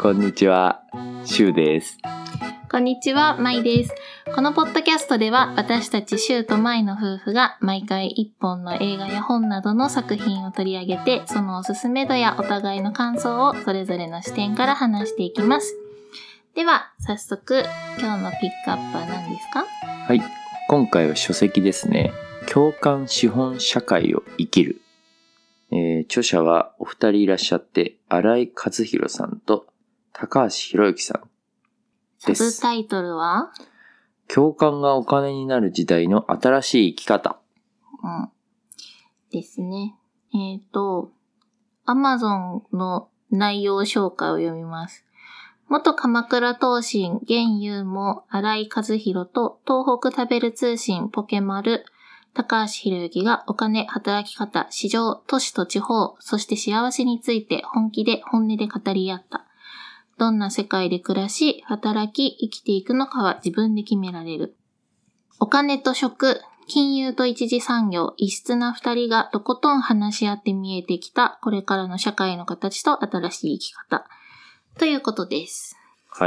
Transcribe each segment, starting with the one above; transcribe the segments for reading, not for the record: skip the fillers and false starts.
こんにちは、シュウです。 こんにちは、マイです。このポッドキャストでは私たちシュウとマイの夫婦が毎回一本の映画や本などの作品を取り上げて、そのおすすめ度やお互いの感想をそれぞれの視点から話していきます。では、早速今日のピックアップは何ですか？ はい、今回は書籍ですね。共感資本社会を生きる。著者はお二人いらっしゃって、新井和弘さんと高橋博之さんです。 サブタイトルは共感がお金になる時代の新しい生き方。 ですね。Amazon の内容紹介を読みます。元鎌倉東進現有も新井和弘と東北食べる通信ポケマル高橋博之がお金、働き方、市場、都市と地方、そして幸せについて本音で語り合った。どんな世界で暮らし、働き、生きていくのかは自分で決められる。お金と食、金融と一次産業、異質な二人がとことん話し合って見えてきた、これからの社会の形と新しい生き方。ということです。 はい。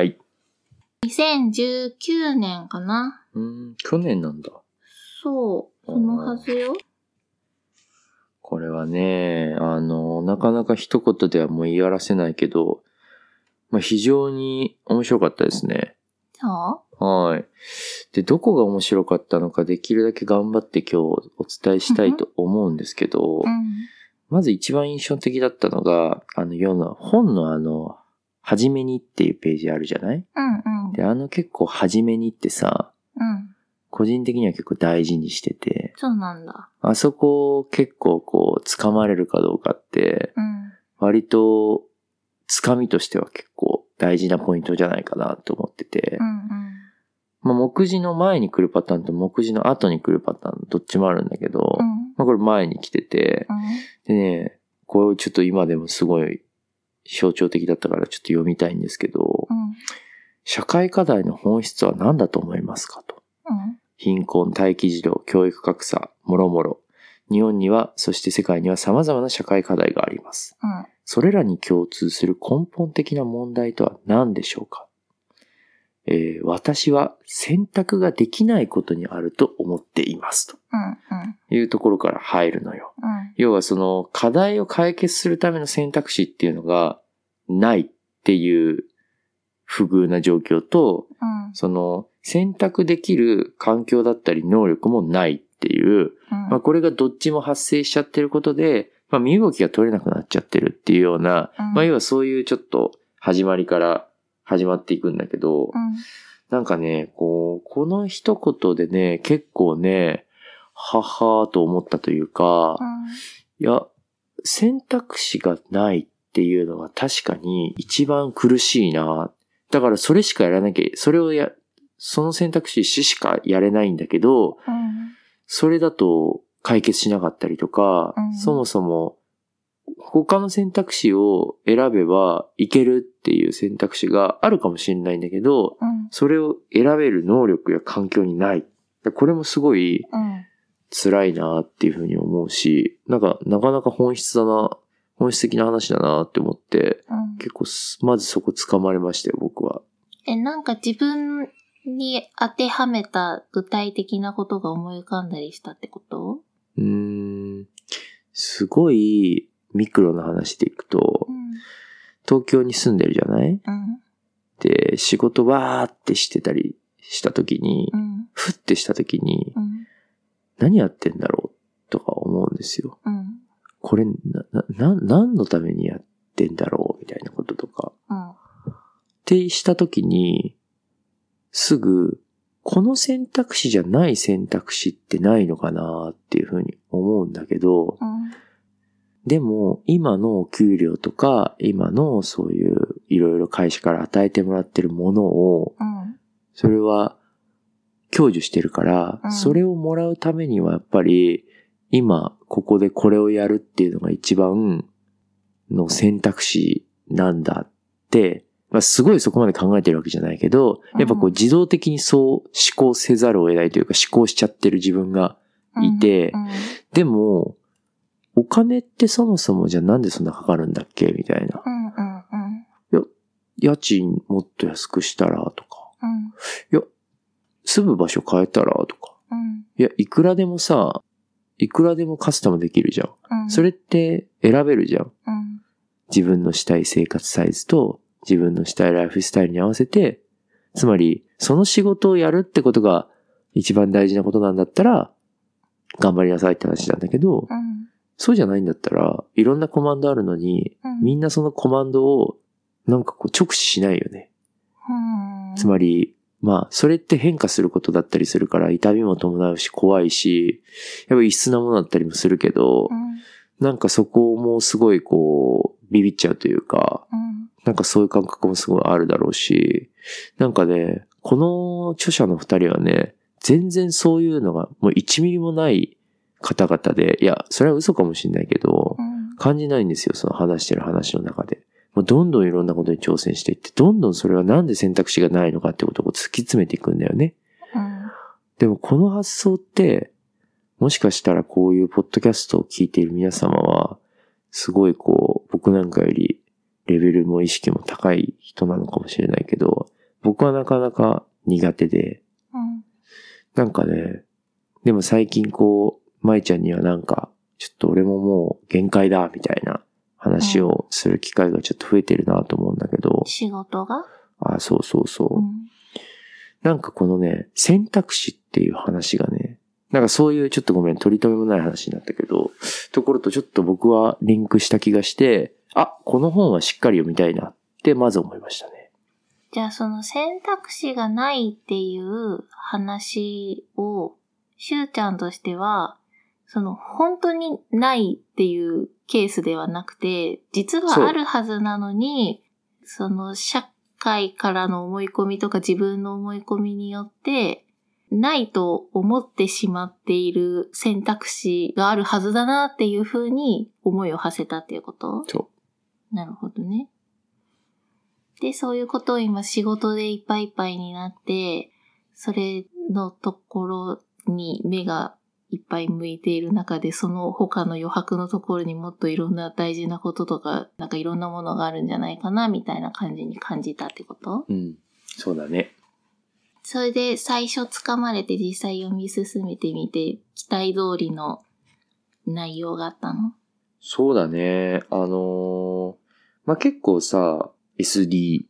2019年かな？ 去年なんだ。 そう、そのはずよ。 これはね、なかなか一言ではもう言い表せないけど、非常に面白かったですね。 そう？ はい。で、どこが面白かったのかできるだけ頑張って今日お伝えしたいと思うんですけど、まず一番印象的だったのが、本のはじめにっていうページあるじゃない？で、結構はじめにってさ、個人的には結構大事にしてて、 そうなんだ。 あそこ結構掴まれるかどうかって、割と掴みとしては結構大事なポイントじゃないかなと思ってて、目次の前に来るパターンと目次の後に来るパターンどっちもあるんだけど、これ前に来てて、でね、これちょっと今でもすごい象徴的だったからちょっと読みたいんですけど、社会課題の本質は何だと思いますかと。貧困、待機児童、教育格差、もろもろ。日本には、そして世界には様々な社会課題があります。それらに共通する根本的な問題とは何でしょうか？私は選択ができないことにあると思っていますというところから入るのよ。要はその課題を解決するための選択肢っていうのがないっていう不遇な状況と、その選択できる環境だったり能力もないっていう、これがどっちも発生しちゃってることで、身動きが取れなくなっちゃってるっていうような、要はそういうちょっと始まりから始まっていくんだけど、なんかね、この一言でね、結構ね、ははーと思ったというか、いや、選択肢がないっていうのは確かに一番苦しいな。だからそれしかやらなきゃ、その選択肢しかやれないんだけど、それだと解決しなかったりとか、そもそも他の選択肢を選べばいけるっていう選択肢があるかもしれないんだけど、それを選べる能力や環境にない。これもすごい辛いなっていうふうに思うし、なかなか本質的な話だなって思って、結構まずそこ掴まれましたよ、僕は。 なんか自分に当てはめた具体的なことが思い浮かんだりしたってこと？ すごいミクロな話でいくと、東京に住んでるじゃない？で、仕事わーってしてたりした時に、ふってした時に、何やってんだろうとか思うんですよ。これ何のためにやってんだろうみたいなこととか。ってした時に、すぐ、この選択肢じゃない選択肢ってないのかなっていうふうに思うんだけど、でも今のお給料とか今のそういういろいろ会社から与えてもらってるものを、それは享受してるから、それをもらうためにはやっぱり今ここでこれをやるっていうのが一番の選択肢なんだって、すごいそこまで考えてるわけじゃないけど、やっぱ自動的にそう思考せざるを得ないというか思考しちゃってる自分がいて、でもお金ってそもそもじゃあなんでそんなかかるんだっけみたいな。いや、 家賃もっと安くしたらとか、 うん、 いや、住む場所変えたらとか、 うん、 いや、いくらでもカスタムできるじゃん。 うん、 それって選べるじゃん。 うん、 自分のしたい生活サイズと自分のしたいライフスタイルに合わせて、つまり、その仕事をやるってことが一番大事なことなんだったら、頑張りなさいって話なんだけど、 うん、 そうじゃないんだったら、いろんなコマンドあるのに、 うん、 みんなそのコマンドをなんかこう直視しないよね。つまり、まあ、それって変化することだったりするから、痛みも伴うし、怖いし、やっぱり異質なものだったりもするけど、なんかそこもすごいこう、ビビっちゃうというか、なんかそういう感覚もすごいあるだろうし、なんかね、この著者の二人はね、全然そういうのがもう1ミリもない方々で、いや、それは嘘かもしれないけど、感じないんですよ、その話してる話の中で。もうどんどんいろんなことに挑戦していって、どんどんそれはなんで選択肢がないのかってことを突き詰めていくんだよね。でもこの発想って、もしかしたらこういうポッドキャストを聞いている皆様は、すごいこう、僕なんかよりレベルも意識も高い人なのかもしれないけど、僕はなかなか苦手で、なんかね、でも最近こう、舞ちゃんにはなんか、ちょっと俺ももう限界だ、みたいな話をする機会がちょっと増えてるなと思うんだけど。 仕事が？ あ、そうそうそう。なんかこのね、選択肢っていう話がね、なんかそういうちょっとごめん、取り留めもない話になったけど、ところとちょっと僕はリンクした気がして、あ、この本はしっかり読みたいなってまず思いましたね。 じゃあその選択肢がないっていう話を、しゅうちゃんとしては、その本当にないっていうケースではなくて、実はあるはずなのに、その社会からの思い込みとか自分の思い込みによって、ないと思ってしまっている選択肢があるはずだなっていうふうに思いを馳せたっていうこと？ そう。 なるほどね。で、そういうことを今仕事でいっぱいいっぱいになって、それのところに目がいっぱい向いている中で、その他の余白のところにもっといろんな大事なこととか、なんかいろんなものがあるんじゃないかな、みたいな感じに感じたってこと？ うん。そうだね。 それで最初掴まれて実際読み進めてみて、期待通りの内容があったの？ そうだね。まあ、結構さ、SDG?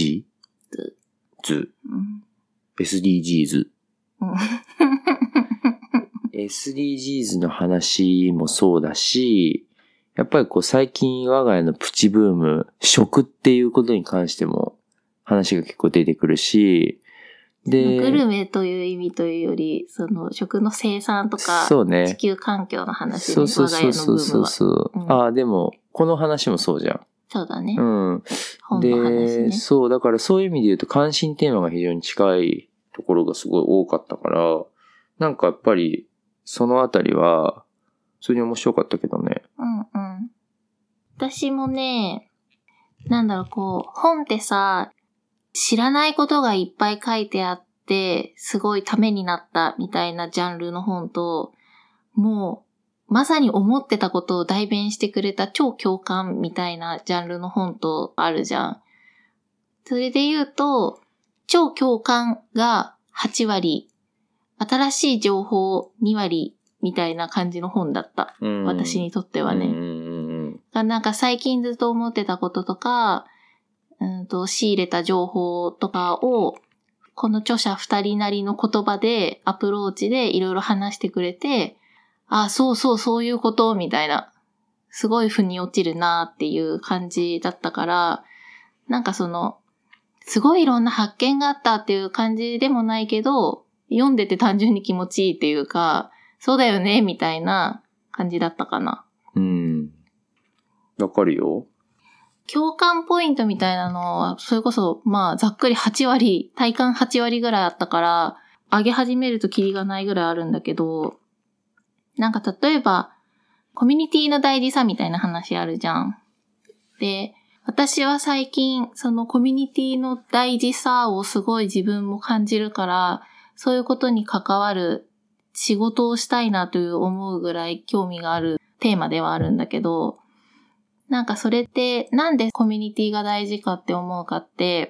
ズ。SDGs。SDGs の話もそうだし、やっぱりこう最近我が家のプチブーム、食っていうことに関しても話が結構出てくるし、 で、グルメという意味というより、その食の生産とか、そうね、地球環境の話で、我が家のブームは。 そう。ああ、でも、この話もそうじゃん。 そうだね。 うん。 本の話ね。 で、そう、だからそういう意味で言うと関心テーマが非常に近いところがすごい多かったから、なんかやっぱり、そのあたりは、普通に面白かったけどね。 私もね、なんだろう、こう、本ってさ、知らないことがいっぱい書いてあって、すごいためになったみたいなジャンルの本と、もう、まさに思ってたことを代弁してくれた超共感みたいなジャンルの本とあるじゃん。それで言うと、超共感が8割、新しい情報2割みたいな感じの本だった。私にとってはね。なんか最近ずっと思ってたこととか、仕入れた情報とかを、この著者2人なりの言葉で、アプローチでいろいろ話してくれて、あ、そういうこと、みたいな。すごい腑に落ちるなっていう感じだったから、なんかその、すごいいろんな発見があったっていう感じでもないけど、読んでて単純に気持ちいいっていうか、そうだよね、みたいな感じだったかな。 わかるよ。 共感ポイントみたいなのは、それこそ、まあ、ざっくり8割、体感8割ぐらいあったから、上げ始めるとキリがないぐらいあるんだけど、なんか例えば、コミュニティの大事さみたいな話あるじゃん。で、私は最近、そのコミュニティの大事さをすごい自分も感じるから、そういうことに関わる仕事をしたいなという思うぐらい興味があるテーマではあるんだけど、 なんかそれってなんでコミュニティが大事かって思うかって、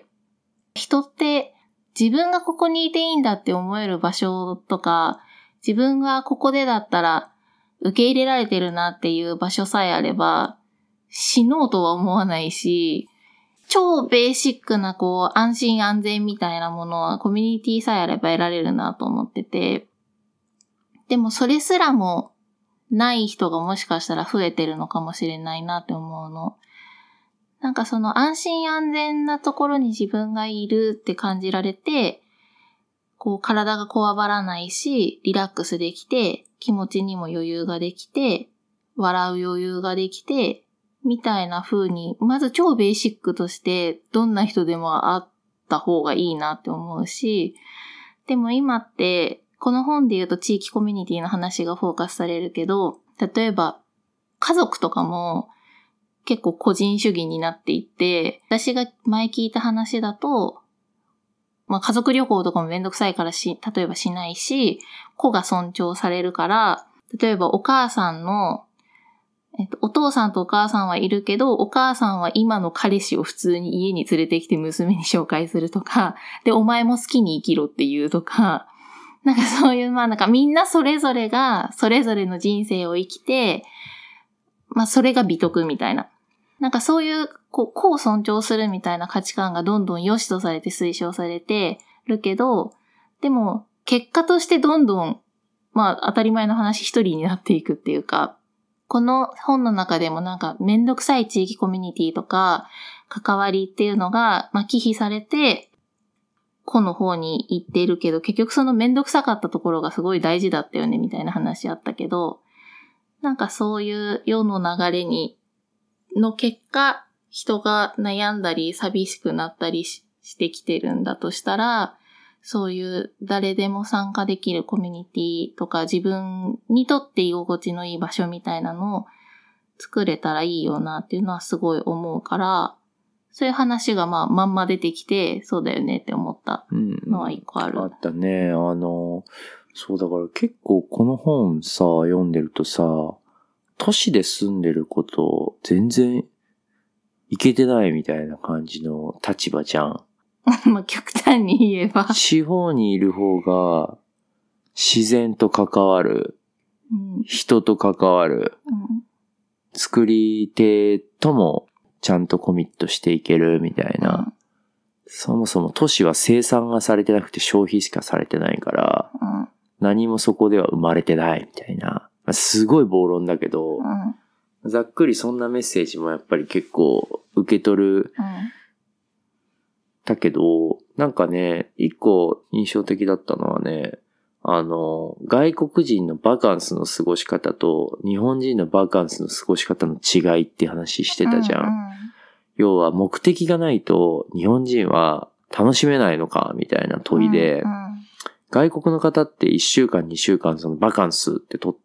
人って自分がここにいていいんだって思える場所とか、自分がここでだったら受け入れられてるなっていう場所さえあれば、死のうとは思わないし、超ベーシックな安心安全みたいなものはコミュニティさえあれば得られるなと思ってて、でもそれすらもない人がもしかしたら増えてるのかもしれないなって思うの。なんかその安心安全なところに自分がいるって感じられて、体がこわばらないし、リラックスできて、気持ちにも余裕ができて、笑う余裕ができて、みたいな風に、まず超ベーシックとしてどんな人でもあった方がいいなって思うし、でも今って、この本で言うと地域コミュニティの話がフォーカスされるけど、例えば家族とかも結構個人主義になっていって、私が前聞いた話だと、家族旅行とかもめんどくさいから例えばしないし、子が尊重されるから、例えばお母さんの、お父さんとお母さんはいるけど、お母さんは今の彼氏を普通に家に連れてきて娘に紹介するとか、で、お前も好きに生きろっていうとか、なんかそういう、なんかみんなそれぞれが、それぞれの人生を生きて、それが美徳みたいな。なんかそういう、個を尊重するみたいな価値観がどんどん良しとされて推奨されてるけど、でも、結果としてどんどん、当たり前の話一人になっていくっていうか、この本の中でもなんかめんどくさい地域コミュニティとか、関わりっていうのが、忌避されて、個の方に行っているけど、結局そのめんどくさかったところがすごい大事だったよねみたいな話あったけど、なんかそういう世の流れの結果、人が悩んだり寂しくなったりしてきてるんだとしたら、そういう誰でも参加できるコミュニティとか自分にとって居心地のいい場所みたいなのを作れたらいいよなっていうのはすごい思うから、そういう話がまんま出てきて、そうだよねって思ったのは一個ある。 あったね。そうだから結構この本さ、読んでるとさ、都市で住んでること全然いけてないみたいな感じの立場じゃん。 極端に言えば。 地方にいる方が自然と関わる、人と関わる、作り手ともちゃんとコミットしていけるみたいな。そもそも都市は生産がされてなくて消費しかされてないから、何もそこでは生まれてないみたいな。すごい暴論だけど、ざっくりそんなメッセージもやっぱり結構受け取る。だけど、なんかね、一個印象的だったのはね、外国人のバカンスの過ごし方と日本人のバカンスの過ごし方の違いって話してたじゃん。要は目的がないと日本人は楽しめないのかみたいな問いで、外国の方って1週間2週間そのバカンスって取って、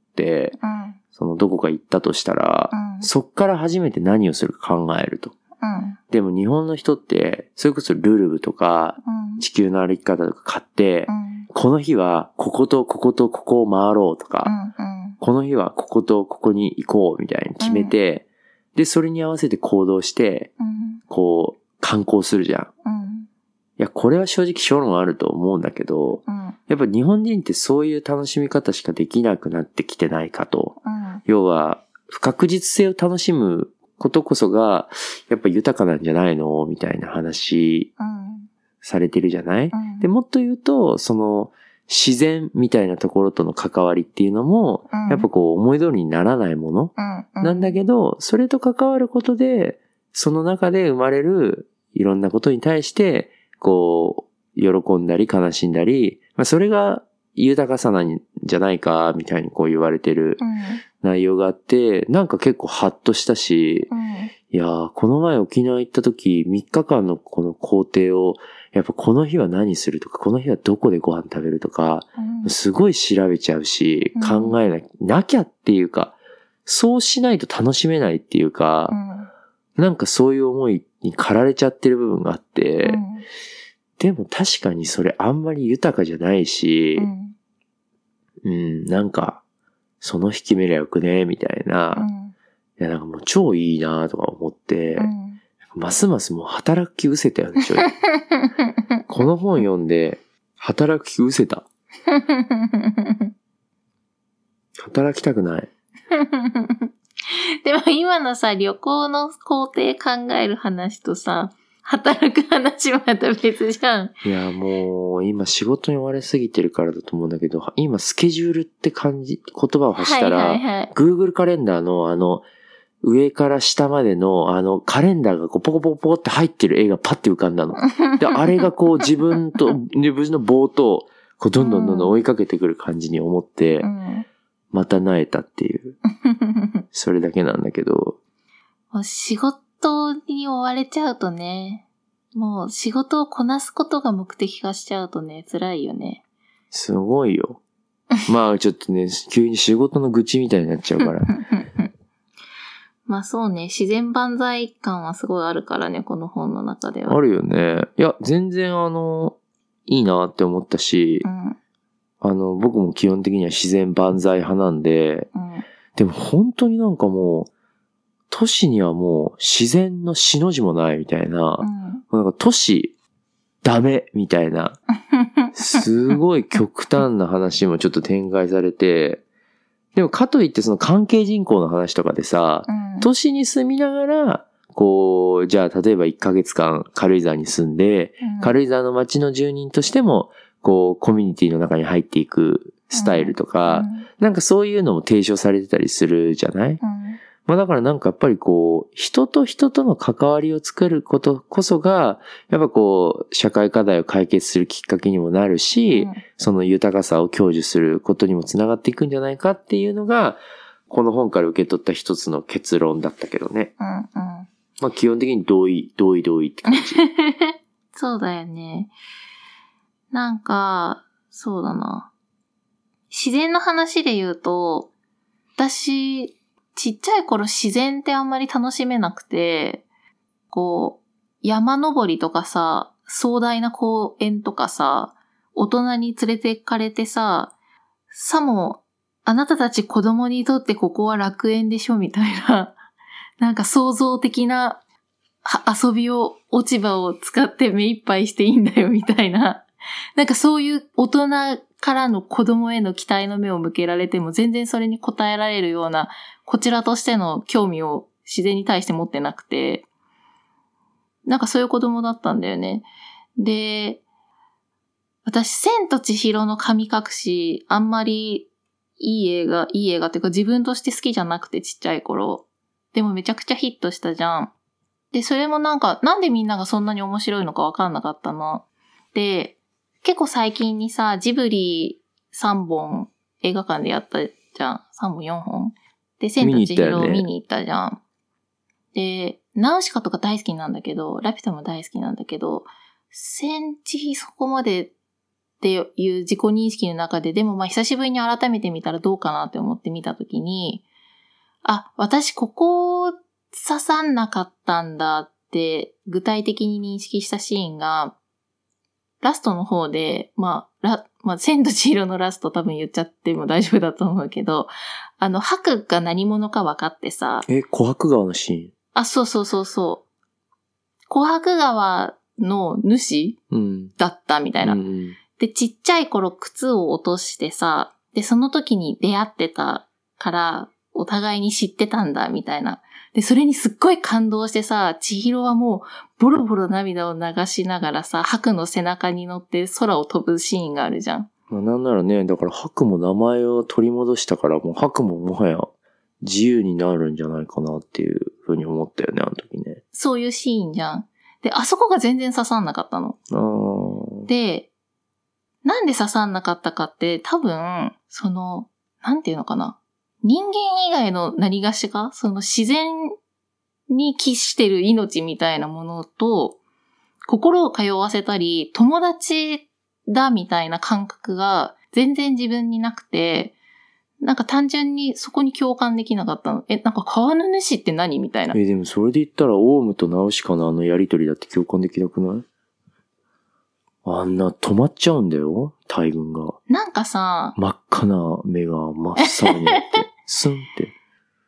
そのどこか行ったとしたら、そっから初めて何をするか考えると。でも日本の人って、それこそルルブとか、地球の歩き方とか買って、この日はこことこことここを回ろうとか、この日はこことここに行こうみたいに決めて、で、それに合わせて行動して、観光するじゃん。いや、これは正直諸論あると思うんだけど、やっぱ日本人ってそういう楽しみ方しかできなくなってきてないかと。要は、不確実性を楽しむことこそが、やっぱ豊かなんじゃないのみたいな話、されてるじゃない、で、もっと言うと、その、自然みたいなところとの関わりっていうのも、やっぱ思い通りにならないもの、なんだけど、それと関わることで、その中で生まれるいろんなことに対して、喜んだり悲しんだり、それが豊かさなんじゃないか、みたいに言われてる内容があって、なんか結構ハッとしたし、いやー、この前沖縄行った時、3日間のこの工程を、やっぱこの日は何するとか、この日はどこでご飯食べるとか、すごい調べちゃうし、考えなきゃっていうか、そうしないと楽しめないっていうか、なんかそういう思いに駆られちゃってる部分があって、でも確かにそれあんまり豊かじゃないし、なんか、その日決めりゃよくね、みたいな。 いや、なんかもう超いいなとか思って、ますますもう働く気失せたよね、この本読んで、働く気失せた。働きたくない。 でも今のさ、旅行の工程考える話とさ、働く話はまた別じゃん。 いや、もう、今仕事に追われすぎてるからだと思うんだけど、今スケジュールって言葉を発したら、Google カレンダーの上から下までのカレンダーがこうポコポコポコって入ってる絵がパッて浮かんだの。で、あれがこう自分の棒と、こうどんどん追いかけてくる感じに思って、また萎えたっていう。それだけなんだけど。 仕事に追われちゃうとね、もう仕事をこなすことが目的化しちゃうとね、辛いよね。 すごいよ。まあちょっとね、急に仕事の愚痴みたいになっちゃうから。 まあそうね、自然万歳感はすごいあるからね、この本の中では。 あるよね。いや、全然いいなって思ったし、僕も基本的には自然万歳派なんで、でも本当になんかもう、都市にはもう自然の死の字もないみたいな、なんか都市ダメみたいな、すごい極端な話もちょっと展開されて、でもかといってその関係人口の話とかでさ、都市に住みながら、こう、じゃあ例えば1ヶ月間軽井沢に住んで、軽井沢の街の住人としても、こう、コミュニティの中に入っていくスタイルとか、なんかそういうのも提唱されてたりするじゃない？まあだからなんかやっぱりこう、人と人との関わりを作ることこそが、やっぱこう、社会課題を解決するきっかけにもなるし、その豊かさを享受することにもつながっていくんじゃないかっていうのが、この本から受け取った一つの結論だったけどね。まあ基本的に同意って感じ。 そうだよね。なんか、そうだな。自然の話で言うと、私、ちっちゃい頃自然ってあんまり楽しめなくて、こう、山登りとかさ、壮大な公園とかさ、大人に連れて行かれてさ、さも、あなたたち子供にとってここは楽園でしょみたいな、なんか創造的な遊びを、落ち葉を使って目いっぱいしていいんだよみたいな、なんかそういう大人からの子供への期待の目を向けられても全然それに応えられるようなこちらとしての興味を自然に対して持ってなくて、なんかそういう子供だったんだよね。で、私、千と千尋の神隠し、あんまりいい映画っていうか自分として好きじゃなくてちっちゃい頃。でもめちゃくちゃヒットしたじゃん。で、それもなんでみんながそんなに面白いのかわかんなかったの。で、結構最近にさ、ジブリ3本映画館でやったじゃん。3本4本。で、千と千尋を見に行ったじゃん。で、ナウシカとか大好きなんだけど、ラピュタも大好きなんだけど、千千尋そこまでっていう自己認識の中で、でもまあ久しぶりに改めて見たらどうかなって思って見たときに、あ、私ここ刺さんなかったんだって具体的に認識したシーンが、ラストの方で、千と千尋のラスト多分言っちゃっても大丈夫だと思うけど、白が何者か分かってさ。 琥珀川のシーン？ あ、そう。琥珀川の主、だったみたいな。で、ちっちゃい頃靴を落としてさ、で、その時に出会ってたから、お互いに知ってたんだみたいな。で、それにすっごい感動してさ、千尋はもうボロボロ涙を流しながらさ、白の背中に乗って空を飛ぶシーンがあるじゃん。 なんならね、だから白も名前を取り戻したから、もう白ももはや自由になるんじゃないかなっていうふうに思ったよね、あの時ね。 そういうシーンじゃん。で、あそこが全然刺さんなかったの。で、なんで刺さんなかったかって、多分、なんていうのかな。人間以外の何がしか、自然に帰してる命みたいなものと、心を通わせたり、友達だみたいな感覚が全然自分になくて、なんか単純にそこに共感できなかったの。なんか川の主って何みたいな。 でもそれで言ったら、オウムとナウシカのやりとりだって共感できなくない？あんな止まっちゃうんだよ、大群が。 なんかさ、 真っ赤な目が真っ青になって、スンって。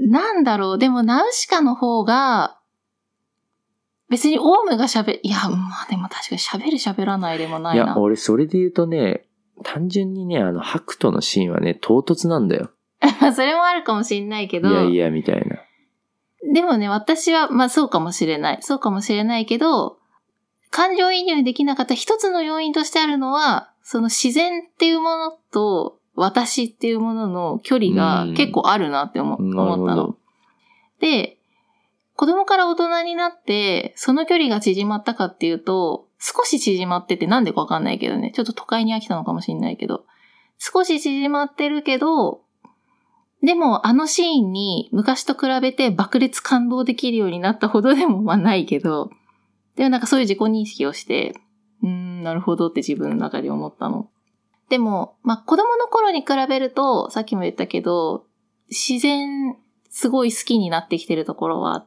なんだろう、でもナウシカの方が、別にオウムがいや、まあでも確かに喋らないでもないな。 いや、俺それで言うとね、単純にね、白兎のシーンはね、唐突なんだよ。 それもあるかもしれないけど。 いやいや、みたいな。 でもね、私は、まあそうかもしれない。そうかもしれないけど、感情移入できなかった一つの要因としてあるのは、その自然っていうものと私っていうものの距離が結構あるなって思ったの。で、子供から大人になって、その距離が縮まったかっていうと、少し縮まっててなんでかわかんないけどね、ちょっと都会に飽きたのかもしれないけど、少し縮まってるけど、でもあのシーンに昔と比べて爆裂感動できるようになったほどでもまあないけど、でもなんかそういう自己認識をして、なるほどって自分の中で思ったの。でも、まあ子供の頃に比べると、さっきも言ったけど、自然すごい好きになってきてるところはあって、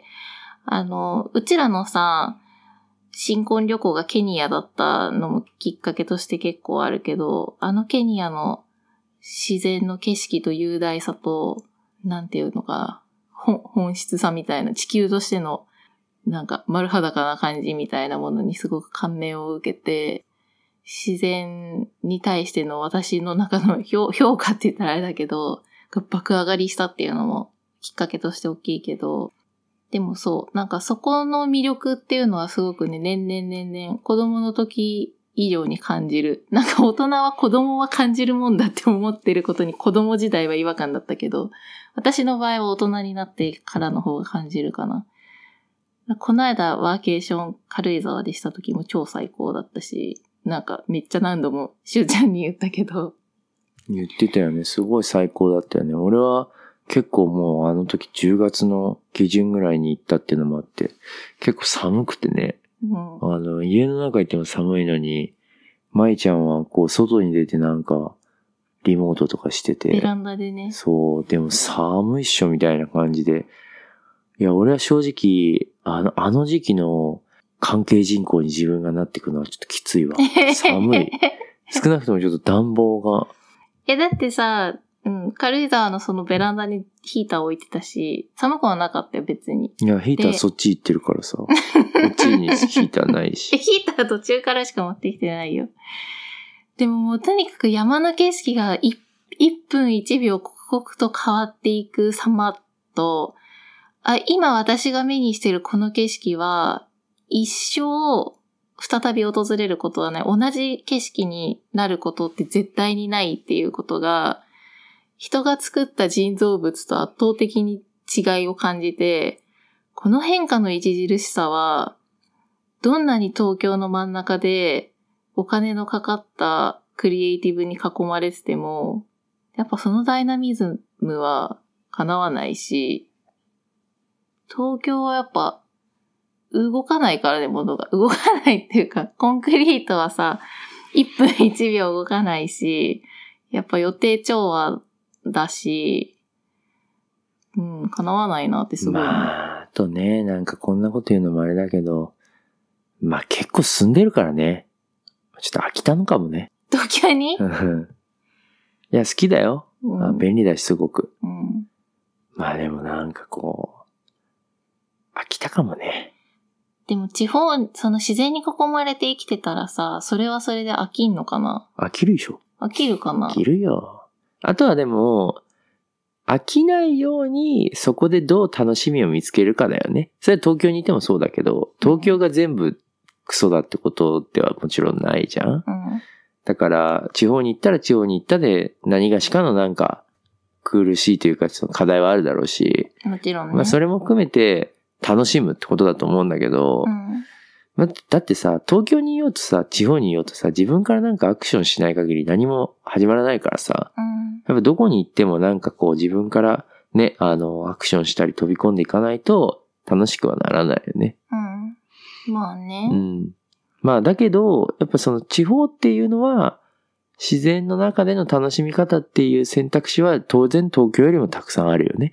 うちらのさ、新婚旅行がケニアだったのもきっかけとして結構あるけど、ケニアの自然の景色と雄大さと、なんていうのかな、本質さみたいな、地球としての、なんか丸裸な感じみたいなものにすごく感銘を受けて、自然に対しての私の中の評価って言ったらあれだけど、爆上がりしたっていうのもきっかけとして大きいけど、でもそう、なんかそこの魅力っていうのはすごくね、年々子供の時以上に感じる。なんか大人は子供は感じるもんだって思ってることに子供時代は違和感だったけど、私の場合は大人になってからの方が感じるかな。この間ワーケーション軽井沢でした時も超最高だったし、なんかめっちゃ何度もしゅうちゃんに言ったけど。 言ってたよね。すごい最高だったよね。俺は結構もうあの時10月の下旬ぐらいに行ったっていうのもあって、結構寒くてね。家の中行っても寒いのに、舞ちゃんはこう外に出てなんかリモートとかしてて。 ベランダでね。 そう。でも寒いっしょみたいな感じで。いや、俺は正直、あの時期の関係人口に自分がなってくのはちょっときついわ。寒い。少なくともちょっと暖房が。 だってさ、軽井沢のそのベランダにヒーター置いてたし、寒くはなかったよ、別に。 いや、ヒーターそっち行ってるからさ。こっちにヒーターないし。 ヒーター途中からしか持ってきてないよ。でももうとにかく山の景色が1分1秒刻々と変わっていく様と、今私が目にしてるこの景色は、一生再び訪れることはない。同じ景色になることって絶対にないっていうことが、人が作った人造物と圧倒的に違いを感じて、この変化の著しさは、どんなに東京の真ん中でお金のかかったクリエイティブに囲まれてても、やっぱそのダイナミズムは叶わないし、東京はやっぱ動かないからね、物が。動かないっていうか、コンクリートはさ、1分1秒動かないし、やっぱ予定調和だし、叶わないなってすごい、ね。 まあ、あとね、なんかこんなこと言うのもあれだけど、まあ結構住んでるからね。ちょっと飽きたのかもね。 東京に？ いや、好きだよ。便利だし、すごく。まあでもなんかこう、飽きたかもね。 でも地方、その自然に囲まれて生きてたらさ、それはそれで飽きんのかな？ 飽きるでしょ。 飽きるかな？ 飽きるよ。あとはでも、飽きないようにそこでどう楽しみを見つけるかだよね。それは東京にいてもそうだけど、東京が全部クソだってことではもちろんないじゃん。だから地方に行ったら地方に行ったで何がしかのなんか苦しいというかその課題はあるだろうし。 もちろんね。 まあそれも含めて楽しむってことだと思うんだけど、だってさ、東京にいようとさ、地方にいようとさ、自分からなんかアクションしない限り何も始まらないからさ、やっぱどこに行ってもなんかこう自分からね、アクションしたり飛び込んでいかないと楽しくはならないよね。 まあね。 まあだけど、やっぱその地方っていうのは、自然の中での楽しみ方っていう選択肢は当然東京よりもたくさんあるよね。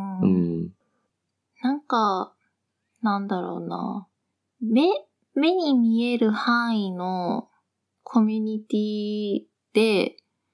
なんか、なんだろうな。目に見える範囲のコミュニティで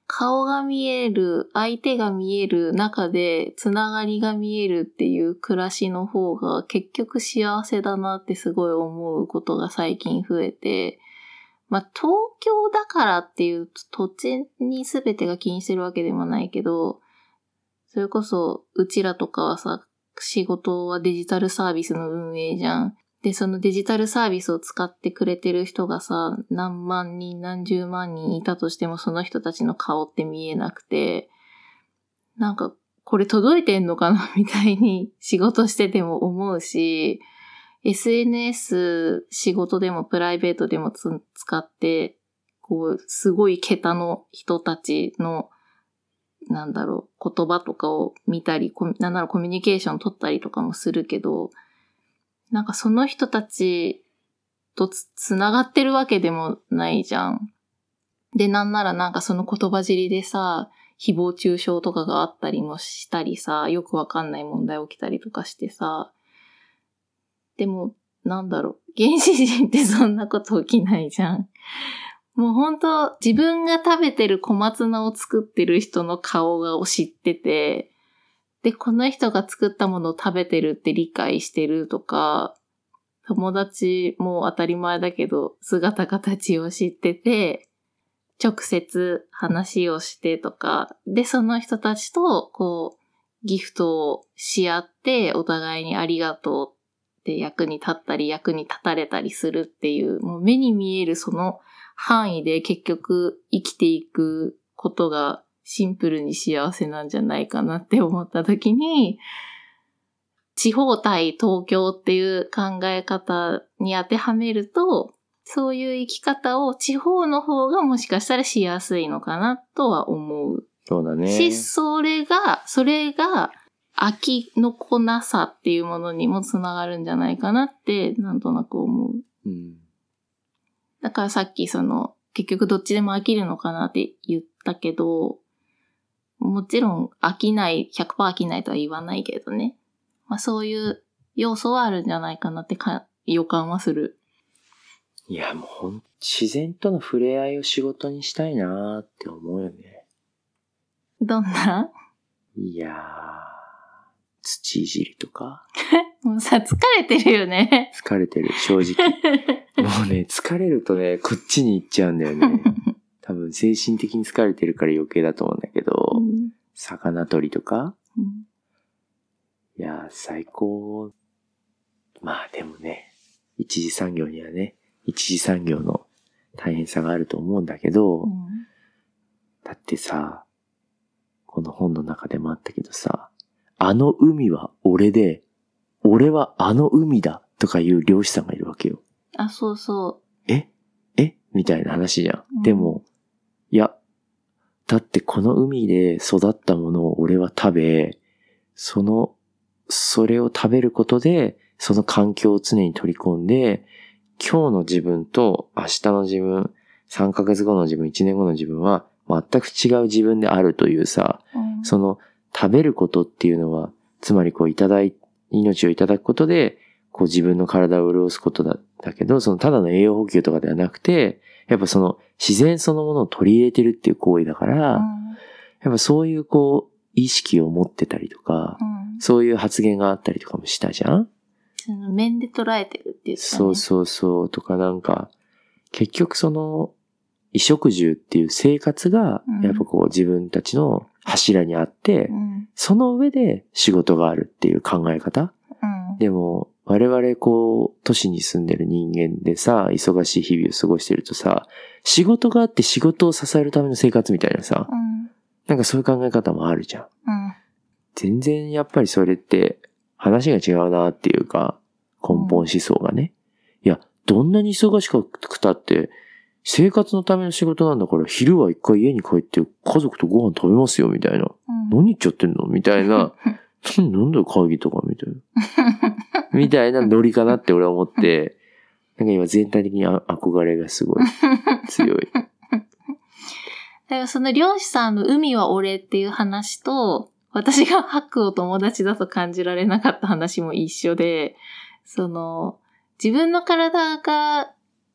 顔が見える、相手が見える中でつながりが見えるっていう暮らしの方が結局幸せだなってすごい思うことが最近増えて、まあ東京だからっていう土地に全てが気にしてるわけでもないけど、それこそうちらとかはさ、仕事はデジタルサービスの運営じゃん。で、そのデジタルサービスを使ってくれてる人がさ、何万人、何十万人いたとしてもその人たちの顔って見えなくて、なんか、これ届いてんのかなみたいに仕事してても思うし、SNS 仕事でもプライベートでも使って、こう、すごい桁の人たちの、言葉とかを見たり、なんならコミュニケーション取ったりとかもするけど、なんかその人たちとつながってるわけでもないじゃん。で、なんならなんかその言葉尻でさ、誹謗中傷とかがあったりもしたりさ、よくわかんない問題起きたりとかしてさ、でも、原始人ってそんなこと起きないじゃん。もう本当自分が食べてる小松菜を作ってる人の顔を知ってて、で、この人が作ったものを食べてるって理解してるとか、友達も当たり前だけど、姿形を知ってて、直接話をしてとか、で、その人たちと、ギフトをし合って、お互いにありがとうって役に立ったり、役に立たれたりするっていう、もう目に見えるその範囲で結局生きていくことが、シンプルに幸せなんじゃないかなって思った時に、地方対東京っていう考え方に当てはめると、そういう生き方を地方の方がもしかしたらしやすいのかなとは思う。 そうだね。 それが飽きのこなさっていうものにもつながるんじゃないかなってなんとなく思う。 うん、 だからさっき結局どっちでも飽きるのかなって言ったけど、もちろん100% 飽きないとは言わないけどね。まあそういう要素はあるんじゃないかなって予感はする。 いや、もう自然との触れ合いを仕事にしたいなーって思うよね。 どんな？ いやー、土いじりとか。 もうさ、疲れてるよね。 疲れてる、正直。もうね、疲れるとね、こっちに行っちゃうんだよね。多分精神的に疲れてるから余計だと思うんだけど、魚取りとか、いやー最高。まあでもね、一次産業にはね、一次産業の大変さがあると思うんだけど、だってさ、この本の中でもあったけどさ、あの海は俺で、俺はあの海だとかいう漁師さんがいるわけよ。 あ、そうそう。 えみたいな話じゃん。でも、いや、だってこの海で育ったものを俺は食べ、それを食べることで、その環境を常に取り込んで、今日の自分と明日の自分、3ヶ月後の自分、1年後の自分は全く違う自分であるというさ、その食べることっていうのは、つまり命をいただくことで、自分の体を潤すことだけど、そのただの栄養補給とかではなくて、やっぱその自然そのものを取り入れてるっていう行為だから、やっぱそういう意識を持ってたりとか、そういう発言があったりとかもしたじゃん？ 面で捉えてるって言ったね。 そうとかなんか、結局その、衣食住っていう生活が、やっぱ自分たちの柱にあって、その上で仕事があるっていう考え方？でも、我々都市に住んでる人間でさ、忙しい日々を過ごしてるとさ、仕事があって仕事を支えるための生活みたいなさ、なんかそういう考え方もあるじゃん。全然やっぱりそれって話が違うなっていうか、根本思想がね。いや、どんなに忙しくたって、生活のための仕事なんだから昼は一回家に帰って家族とご飯食べますよみたいな。何言っちゃってんのみたいな。なんだよ会議とかみたいな。みたいなノリかなって俺は思って、なんか今全体的に憧れがすごい強い。 だからその漁師さんの海は俺っていう話と、私がハックを友達だと感じられなかった話も一緒で、自分の体が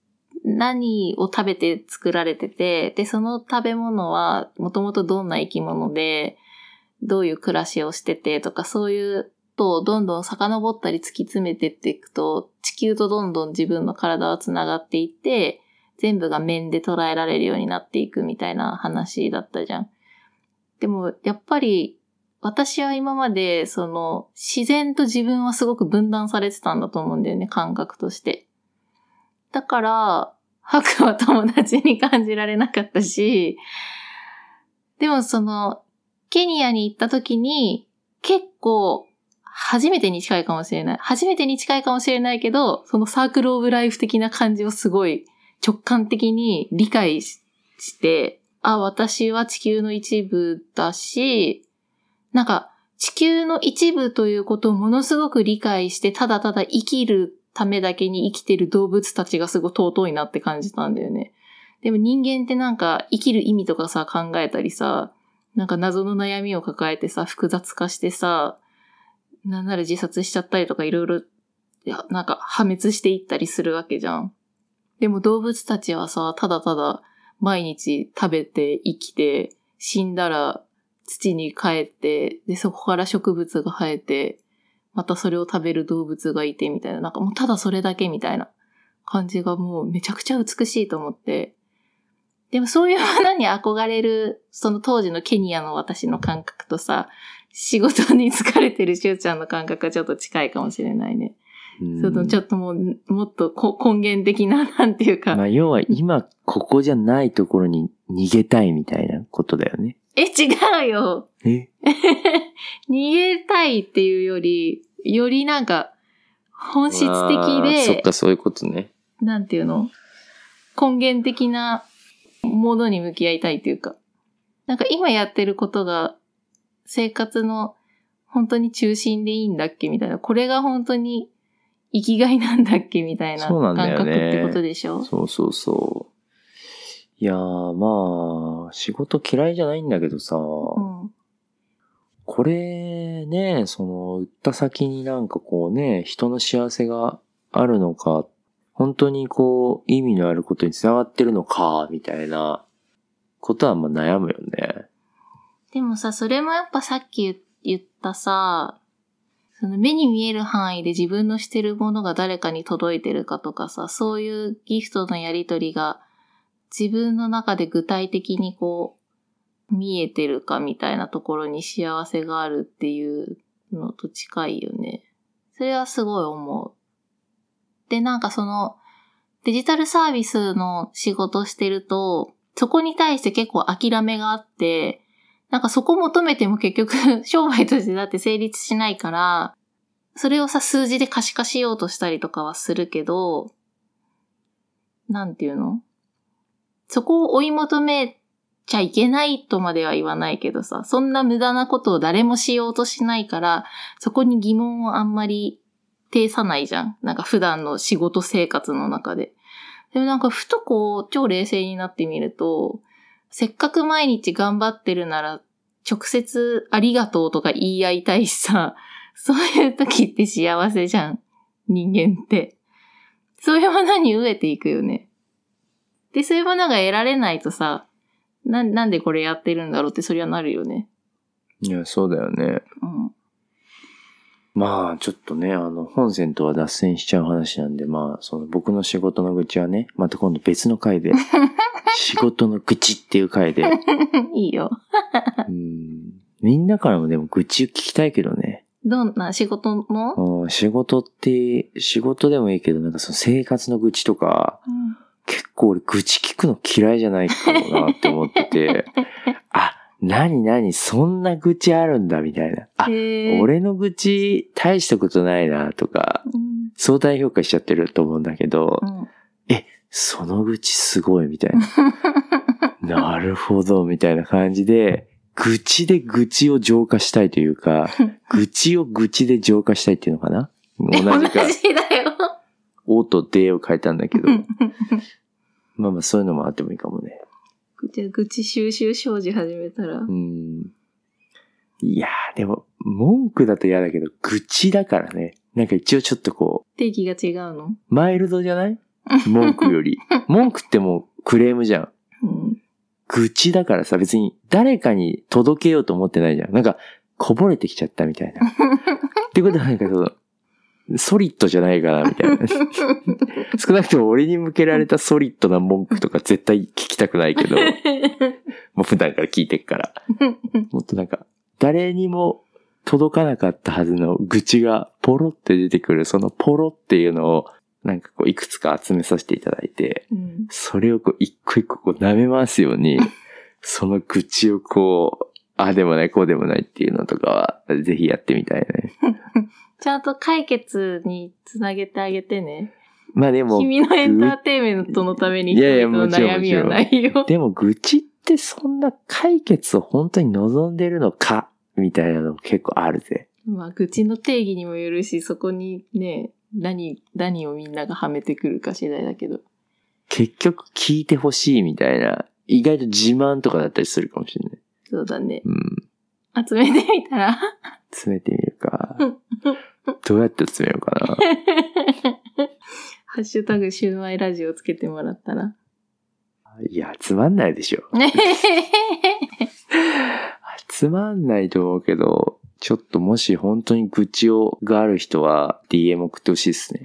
何を食べて作られてて、で、その食べ物はもともとどんな生き物で、どういう暮らしをしててとか、そういうとどんどん遡ったり突き詰めてっていくと、地球とどんどん自分の体はつながっていって、全部が面で捉えられるようになっていくみたいな話だったじゃん。でも、やっぱり、私は今まで、自然と自分はすごく分断されてたんだと思うんだよね、感覚として。だから、白は友達に感じられなかったし、でもケニアに行った時に、結構、初めてに近いかもしれない。初めてに近いかもしれないけど、そのサークルオブライフ的な感じをすごい直感的に理解して、私は地球の一部だし、なんか地球の一部ということをものすごく理解して、ただただ生きるためだけに生きてる動物たちがすごい尊いなって感じたんだよね。でも人間ってなんか生きる意味とかさ考えたりさ、なんか謎の悩みを抱えてさ、複雑化してさ、なんなら自殺しちゃったりとかいろいろ、なんか破滅していったりするわけじゃん。でも動物たちはさ、ただただ毎日食べて生きて、死んだら土に帰って、で、そこから植物が生えて、またそれを食べる動物がいてみたいな、なんかもうただそれだけみたいな感じがもうめちゃくちゃ美しいと思って。でもそういうものに憧れる、その当時のケニアの私の感覚とさ、仕事に疲れてるしゅうちゃんの感覚はちょっと近いかもしれないね。ちょっともっと根源的な、なんていうか。 まあ、要は今ここじゃないところに逃げたいみたいなことだよね。 違うよ。逃げたいっていうよりなんか本質的で。 そっか、そういうことね。 なんていうの？根源的なものに向き合いたいっていうか。なんか今やってることが生活の本当に中心でいいんだっけみたいな。これが本当に生きがいなんだっけみたいな感覚ってことでしょ？ そうそうそう。いやー、まあ、仕事嫌いじゃないんだけどさ、これね、売った先になんかこうね、人の幸せがあるのか、本当にこう、意味のあることにつながってるのか、みたいなことはまあ悩むよね。 でもさ、それもやっぱさっき言ったさ、目に見える範囲で自分のしてるものが誰かに届いてるかとかさ、そういうギフトのやりとりが自分の中で具体的にこう見えてるかみたいなところに幸せがあるっていうのと近いよね。それはすごい思う。で、なんかデジタルサービスの仕事してると、そこに対して結構諦めがあって、なんかそこ求めても結局商売としてだって成立しないから、それをさ数字で可視化しようとしたりとかはするけど、なんていうの？そこを追い求めちゃいけないとまでは言わないけどさ、そんな無駄なことを誰もしようとしないから、そこに疑問をあんまり呈さないじゃん。なんか普段の仕事生活の中で。でもなんかふとこう超冷静になってみると、せっかく毎日頑張ってるなら直接ありがとうとか言い合いたいしさ、そういう時って幸せじゃん。人間って。そういうものに飢えていくよね。で、そういうものが得られないとさ、なんでこれやってるんだろうってそりゃなるよね。 いや、そうだよね。まあ、ちょっとね、本線とは脱線しちゃう話なんで、まあ、僕の仕事の愚痴はね、また今度別の回で、仕事の愚痴っていう回で。 いいよ。 みんなからもでも愚痴聞きたいけどね。 どんな仕事の？ 仕事でもいいけど、なんか生活の愚痴とか、結構俺愚痴聞くの嫌いじゃないかもなって思ってて、何そんな愚痴あるんだみたいな。俺の愚痴大したことないなとか、相対評価しちゃってると思うんだけど、その愚痴すごいみたいな。なるほどみたいな感じで、愚痴で愚痴を浄化したいというか、愚痴を愚痴で浄化したいっていうのかな？同じだよ。 O と D を変えたんだけど。まあそういうのもあってもいいかもね。 じゃあ愚痴収集商事始めたら。 いやーでも文句だと嫌だけど愚痴だからね。なんか一応ちょっとこう。 定義が違うの？ マイルドじゃない？ 文句より。文句ってもうクレームじゃん。愚痴だからさ、別に誰かに届けようと思ってないじゃん。なんか、こぼれてきちゃったみたいな。ってことはなんかソリッドじゃないかな、みたいな。少なくとも俺に向けられたソリッドな文句とか絶対聞きたくないけど、もう普段から聞いてっから。もっとなんか、誰にも届かなかったはずの愚痴がポロって出てくる、そのポロっていうのを、なんかこういくつか集めさせていただいて、それをこう一個一個こう舐め回すように、その愚痴をこう、ああでもないこうでもないっていうのとかは、ぜひやってみたいね。 ちゃんと解決につなげてあげてね。 まあでも。 君のエンターテインメントのために人々の悩みはないよ。 でも愚痴ってそんな解決を本当に望んでるのかみたいなの結構あるぜ。 まあ愚痴の定義にもよるし、そこにね、何をみんながはめてくるか次第だけど。 結局聞いてほしいみたいな、意外と自慢とかだったりするかもしれない。 そうだね。集めてみたら集めてみるか。どうやって集めようかな。 ハッシュタグシュウマイラジオつけてもらったら。 いや、集まんないでしょ。集まんないと思うけど、ちょっともし本当に愚痴がある人は DM 送ってほしいですね。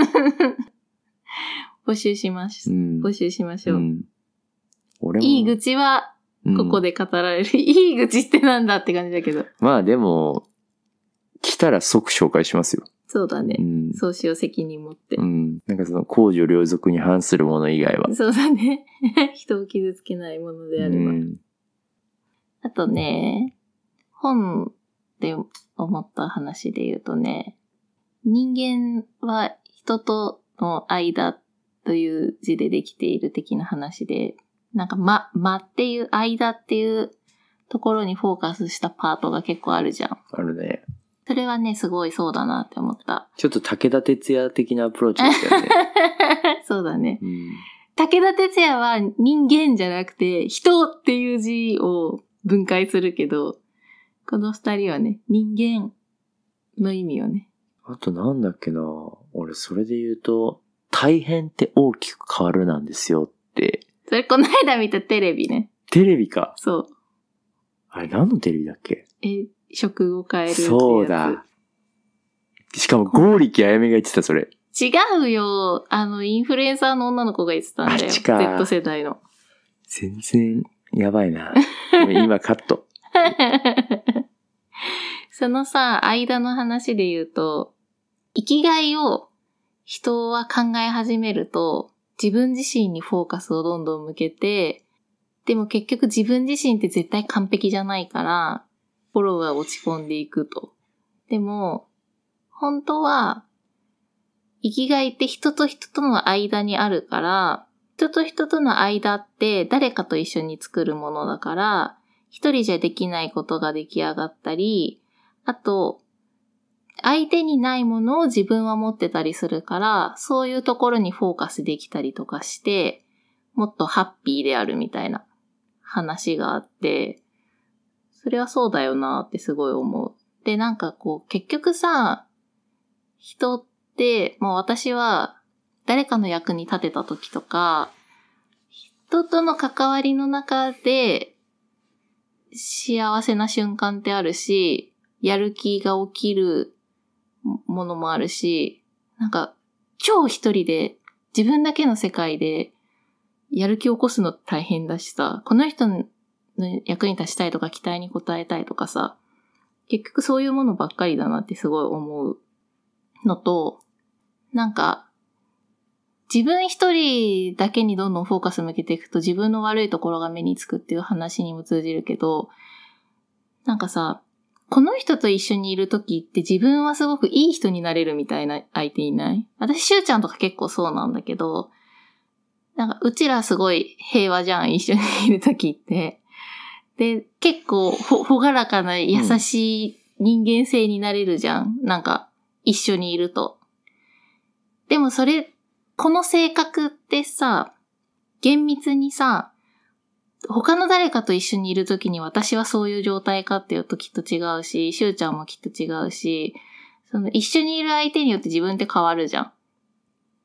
募集します。募集しましょう。 俺もいい愚痴はここで語られる。いい愚痴ってなんだって感じだけど。 まあでも、来たら即紹介しますよ。 そうだね。そうしよう、責任持って。 なんかその公序良俗に反するもの以外は。 そうだね。人を傷つけないものであれば。あとね、本で思った話で言うとね、人間は人との間という字でできている的な話で、なんか間っていう間っていうところにフォーカスしたパートが結構あるじゃん。 あるね。 それはね、すごいそうだなって思った。 ちょっと武田鉄矢的なアプローチですよね。 そうだね。武田鉄矢は人間じゃなくて人っていう字を分解するけど、この二人はね、人間の意味をね。 あとなんだっけな、俺それで言うと、大変って大きく変わるなんですよって。 それこの間見たテレビね。 テレビか。 そう。 あれ何のテレビだっけ？ 食を変えるってやつ。 そうだ。しかも剛力あやめが言ってた、それ。 違うよ。インフルエンサーの女の子が言ってたんだよ。Z 世代の。 全然、やばいな。今カット。 そのさ、間の話で言うと、生きがいを人は考え始めると、自分自身にフォーカスをどんどん向けて、でも結局自分自身って絶対完璧じゃないから、フォローが落ち込んでいくと。でも、本当は、生きがいって人と人との間にあるから、人と人との間って誰かと一緒に作るものだから、一人じゃできないことが出来上がったり、あと、相手にないものを自分は持ってたりするから、そういうところにフォーカスできたりとかして、もっとハッピーであるみたいな話があって、それはそうだよなってすごい思う。で、なんかこう、結局さ、人って、もう私は誰かの役に立てた時とか、人との関わりの中で幸せな瞬間ってあるし、やる気が起きるものもあるし、なんか超一人で自分だけの世界でやる気を起こすの大変だしさ、この人の役に立ちたいとか期待に応えたいとかさ、結局そういうものばっかりだなってすごい思うのと、なんか自分一人だけにどんどんフォーカス向けていくと自分の悪いところが目につくっていう話にも通じるけど、なんかさ、この人と一緒にいるときって自分はすごくいい人になれるみたいな相手いない？私、しゅうちゃんとか結構そうなんだけど、なんかうちらすごい平和じゃん、一緒にいるときって。で、結構ほがらかな優しい人間性になれるじゃん。なんか一緒にいると。でもこの性格ってさ、厳密にさ、他の誰かと一緒にいるときに私はそういう状態かっていうときっと違うし、しゅうちゃんもきっと違うし、その一緒にいる相手によって自分って変わるじゃん。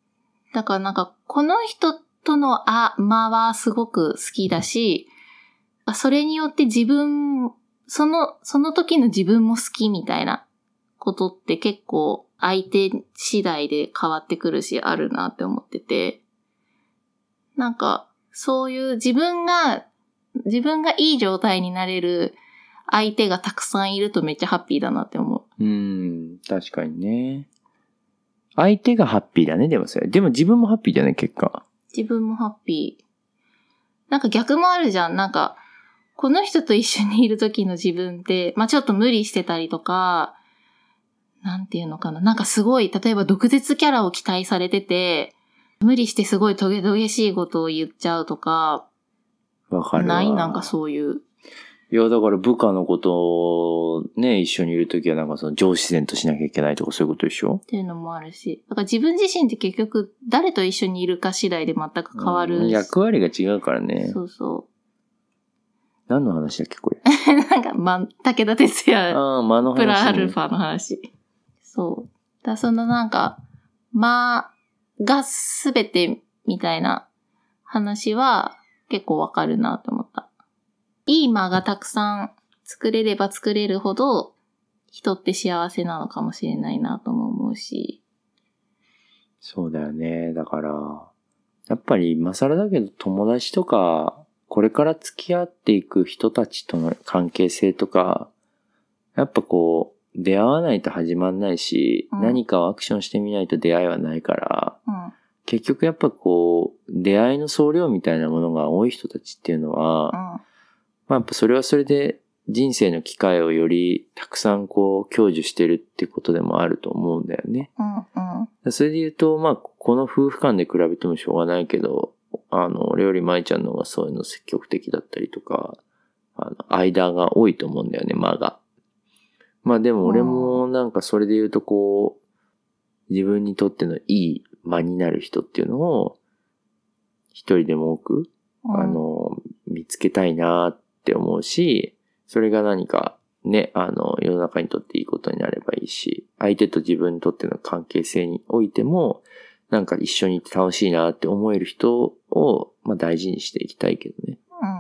だからなんか、この人との間はすごく好きだし、それによって自分、その時の自分も好きみたいなことって結構相手次第で変わってくるし、あるなって思ってて、なんか、そういう自分がいい状態になれる相手がたくさんいるとめっちゃハッピーだなって思う。 確かにね。相手がハッピーだね、でもそれ。でも自分もハッピーだね、結果。 自分もハッピー。なんか逆もあるじゃん。なんか、この人と一緒にいる時の自分って、まあちょっと無理してたりとか、なんていうのかな。なんかすごい、例えば毒舌キャラを期待されてて、無理してすごいトゲトゲしいことを言っちゃうとか、 わかるわ。 なんかそういう。 いや、だから部下のことをね、一緒にいるときはなんかその上司然としなきゃいけないとかそういうことでしょ？ っていうのもあるし。だから自分自身って結局誰と一緒にいるか次第で全く変わる。 役割が違うからね。 そうそう。 何の話だっけ、これ。 なんか、武田鉄矢。 間の話、ね。 プラアルファの話。そう。だそのなんか、間がすべてみたいな話は結構わかるなと思った。いい間がたくさん作れれば作れるほど人って幸せなのかもしれないなとも思うし。 そうだよね。だから、やっぱり今更だけど友達とか、これから付き合っていく人たちとの関係性とか、やっぱこう、出会わないと始まんないし、何かをアクションしてみないと出会いはないから、結局やっぱこう、出会いの総量みたいなものが多い人たちっていうのは、まあやっぱそれはそれで人生の機会をよりたくさんこう享受してるってことでもあると思うんだよね。それで言うと、まあこの夫婦間で比べてもしょうがないけど、俺より舞ちゃんの方がそういうの積極的だったりとか、間が多いと思うんだよね、間が。まあでも俺もなんかそれで言うとこう、自分にとってのいい間になる人っていうのを、一人でも多く、見つけたいなって思うし、それが何かね、世の中にとっていいことになればいいし、相手と自分にとっての関係性においても、なんか一緒にいて楽しいなって思える人を、まあ大事にしていきたいけどね。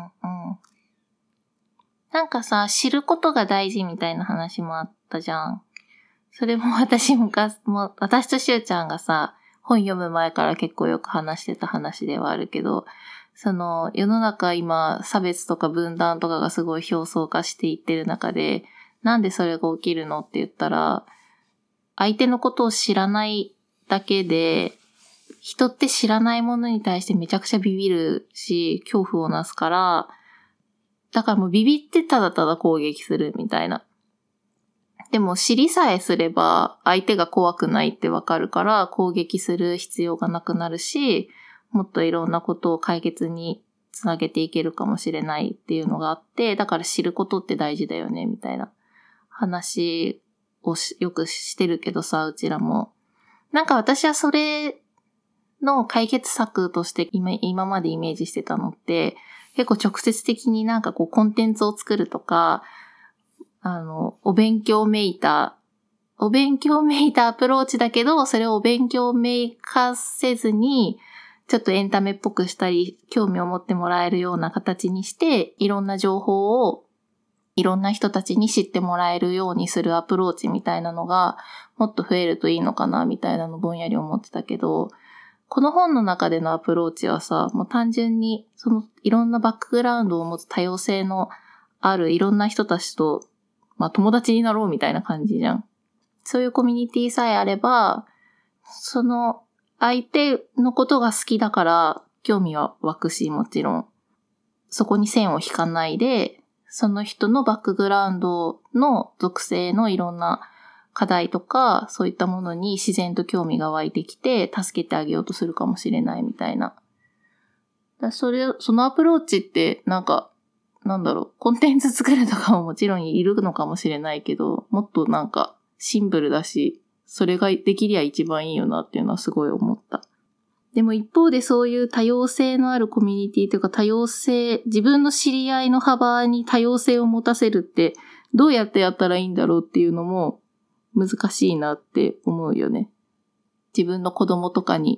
なんかさ、知ることが大事みたいな話もあったじゃん。それも私としゅうちゃんがさ、本読む前から結構よく話してた話ではあるけど、その世の中今差別とか分断とかがすごい表層化していってる中で、なんでそれが起きるのって言ったら、相手のことを知らないだけで、人って知らないものに対してめちゃくちゃビビるし、恐怖をなすから、だからもうビビってただただ攻撃するみたいな。でも知りさえすれば相手が怖くないってわかるから攻撃する必要がなくなるし、もっといろんなことを解決につなげていけるかもしれないっていうのがあって、だから知ることって大事だよねみたいな話をよくしてるけどさ、うちらも。なんか私はそれの解決策として今までイメージしてたのって、結構直接的になんかこうコンテンツを作るとか、お勉強めいたアプローチだけど、それをお勉強めいかせずに、ちょっとエンタメっぽくしたり、興味を持ってもらえるような形にして、いろんな情報をいろんな人たちに知ってもらえるようにするアプローチみたいなのが、もっと増えるといいのかな、みたいなのぼんやり思ってたけど、この本の中でのアプローチはさ、もう単純にそのいろんなバックグラウンドを持つ多様性のあるいろんな人たちと、まあ友達になろうみたいな感じじゃん。そういうコミュニティさえあれば、その相手のことが好きだから興味は湧くし、もちろん。そこに線を引かないで、その人のバックグラウンドの属性のいろんな課題とか、そういったものに自然と興味が湧いてきて、助けてあげようとするかもしれないみたいな。そのアプローチって、なんか、コンテンツ作るとかももちろんいるのかもしれないけど、もっとなんかシンプルだし、それができりゃ一番いいよなっていうのはすごい思った。でも一方でそういう多様性のあるコミュニティというか自分の知り合いの幅に多様性を持たせるってどうやってやったらいいんだろうっていうのも難しいなって思うよね。自分の子供とかに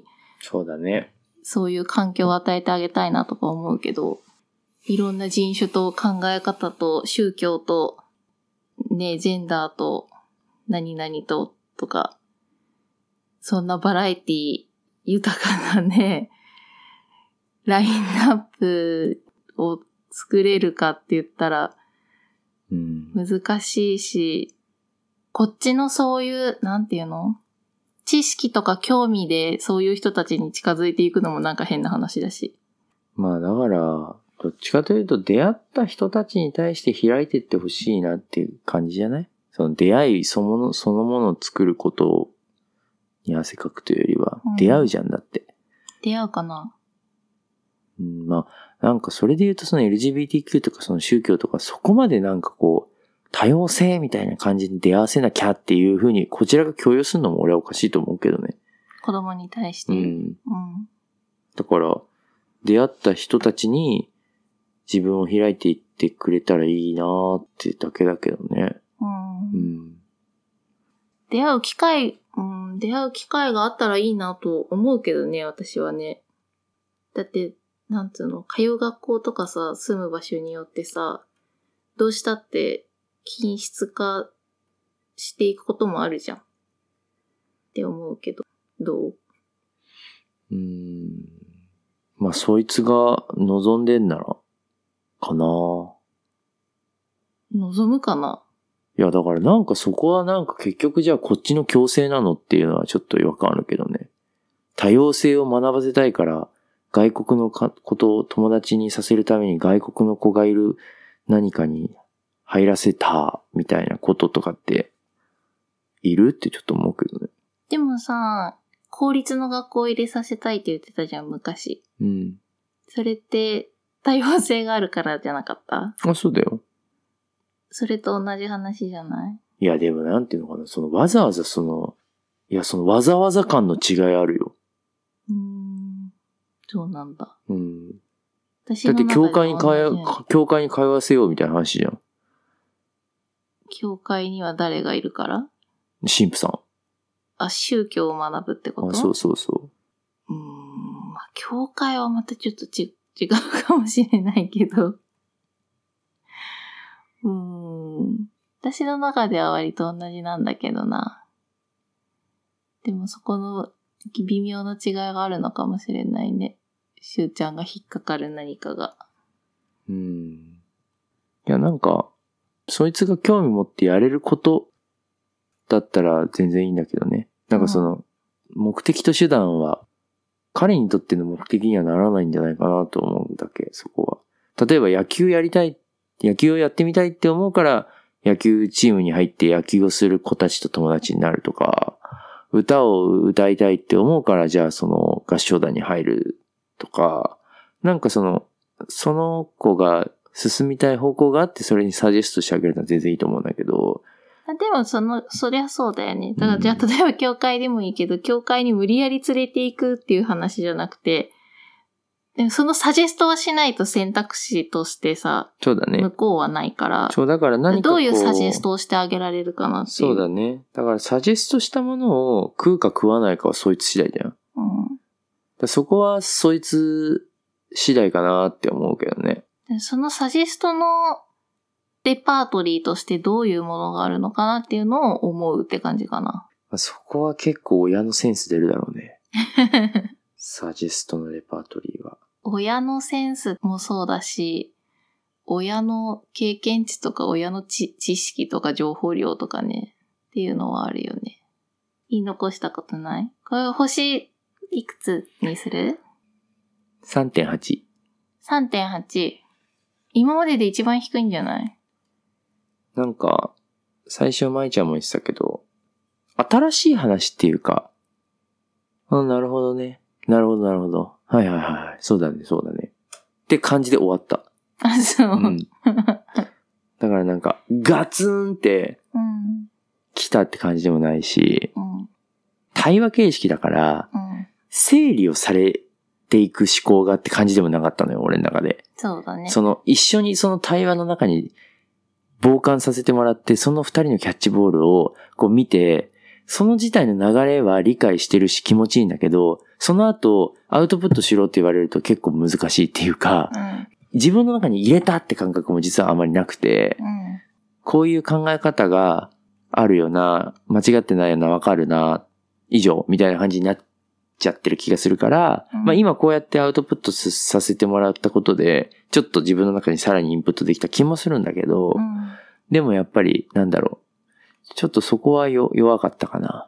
そうだね。 そういう環境を与えてあげたいなとか思うけど、いろんな人種と考え方と宗教と、ね、ジェンダーと何々とか、そんなバラエティ豊かなね、ラインナップを作れるかって言ったら、難しいし、こっちのそういう、なんていうの？知識とか興味でそういう人たちに近づいていくのもなんか変な話だし。 まあだから、どっちかというと出会った人たちに対して開いていってほしいなっていう感じじゃない？その出会いそのものを作ることに汗かくというよりは、出会うじゃんだって。 出会うかな？ まあ、なんかそれで言うとその LGBTQ とかその宗教とかそこまでなんかこう、多様性みたいな感じに出会わせなきゃっていう風にこちらが強要するのも俺はおかしいと思うけどね。 子供に対して。 だから、出会った人たちに自分を開いていってくれたらいいなーってだけだけどね。 出会う機会があったらいいなと思うけどね、私はね。だって、なんつうの、通う学校とかさ、住む場所によってさ、どうしたって均質化していくこともあるじゃん。って思うけど、どう？ まあ、そいつが望んでんなら、かな。 望むかな？ いや、だからなんかそこはなんか結局じゃあこっちの強制なのっていうのはちょっと違和感あるけどね。多様性を学ばせたいから、外国のことを友達にさせるために外国の子がいる何かに入らせたみたいなこととかっているってちょっと思うけどね。 でもさ、公立の学校入れさせたいって言ってたじゃん、昔。それって多様性があるからじゃなかった？ あ、そうだよ。 それと同じ話じゃない？ いや、でもなんていうのかな、わざわざわざわざ感の違いあるよ。 そうなんだ。 だって教会に通わせようみたいな話じゃん。 教会には誰がいるから？ 神父さん。 あ、宗教を学ぶってこと？ あ、そうそうそう。 教会はまたちょっと違うかもしれないけど。私の中では割と同じなんだけどな。でもそこの微妙な違いがあるのかもしれないね。しゅうちゃんが引っかかる何かが。 いや、なんか、そいつが興味持ってやれることだったら全然いいんだけどね。なんか目的と手段は、彼にとっての目的にはならないんじゃないかなと思うだけ、そこは。例えば野球をやってみたいって思うから、野球チームに入って野球をする子たちと友達になるとか、歌を歌いたいって思うから、じゃあ合唱団に入るとか、なんかその子が進みたい方向があって、それにサジェストしてあげるのは全然いいと思うんだけど。 でもそりゃそうだよね。だからじゃあ例えば教会でもいいけど、教会に無理やり連れていくっていう話じゃなくて、でもそのサジェストはしないと選択肢としてさ、 そうだね。 向こうはないから。 だから何かどういうサジェストをしてあげられるかなっていう。 そうだね。だからサジェストしたものを食うか食わないかはそいつ次第だよ。そこはそいつ次第かなって思うけどね。 そのサジェストのレパートリーとしてどういうものがあるのかなっていうのを思うって感じかな。 そこは結構親のセンス出るだろうね。サジェストのレパートリーは。 親のセンスもそうだし、親の経験値とか親の知識とか情報量とかね、っていうのはあるよね。言い残したことない？これ星いくつにする？ 3.8。 3.8。今までで一番低いんじゃない？ なんか、最初舞ちゃんも言ってたけど、新しい話っていうか、なるほどね。なるほど。はい。そうだね。って感じで終わった。 あ、そう。 だからなんか、ガツンって、来たって感じでもないし、対話形式だから、整理をされていく思考がって感じでもなかったのよ、俺の中で。 そうだね。 一緒にその対話の中に傍観させてもらって、その二人のキャッチボールをこう見て、 その自体の流れは理解してるし気持ちいいんだけど、その後アウトプットしろって言われると結構難しいっていうか、自分の中に入れたって感覚も実はあまりなくて、こういう考え方があるよな、間違ってないよな、わかるな、以上みたいな感じになっちゃってる気がするから、今こうやってアウトプットさせてもらったことで、ちょっと自分の中にさらにインプットできた気もするんだけど、でもやっぱりちょっとそこは弱かったかな。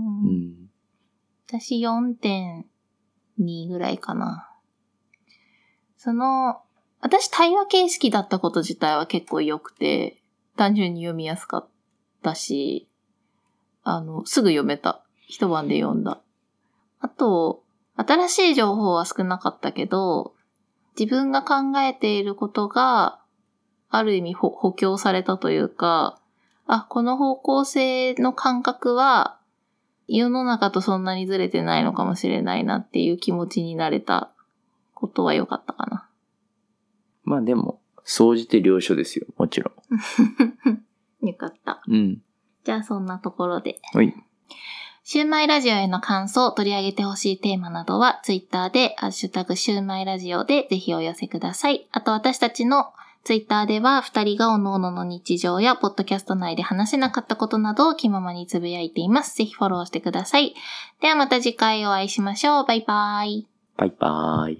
私 4.2 ぐらいかな。私対話形式だったこと自体は結構良くて、単純に読みやすかったし、すぐ読めた。一晩で読んだ。あと、新しい情報は少なかったけど、自分が考えていることが、ある意味補強されたというか、この方向性の感覚は、世の中とそんなにずれてないのかもしれないなっていう気持ちになれたことは良かったかな。 まあでも、総じて了承ですよ、もちろん。よかった。じゃあそんなところで。 はい。 シュウマイラジオへの感想、取り上げてほしいテーマなどは、ツイッターで、ハッシュタグシュウマイラジオでぜひお寄せください。あと私たちのツイッターでは、二人が各々の日常や、ポッドキャスト内で話せなかったことなどを気ままにつぶやいています。ぜひフォローしてください。ではまた次回お会いしましょう。バイバイ。 バイバイ。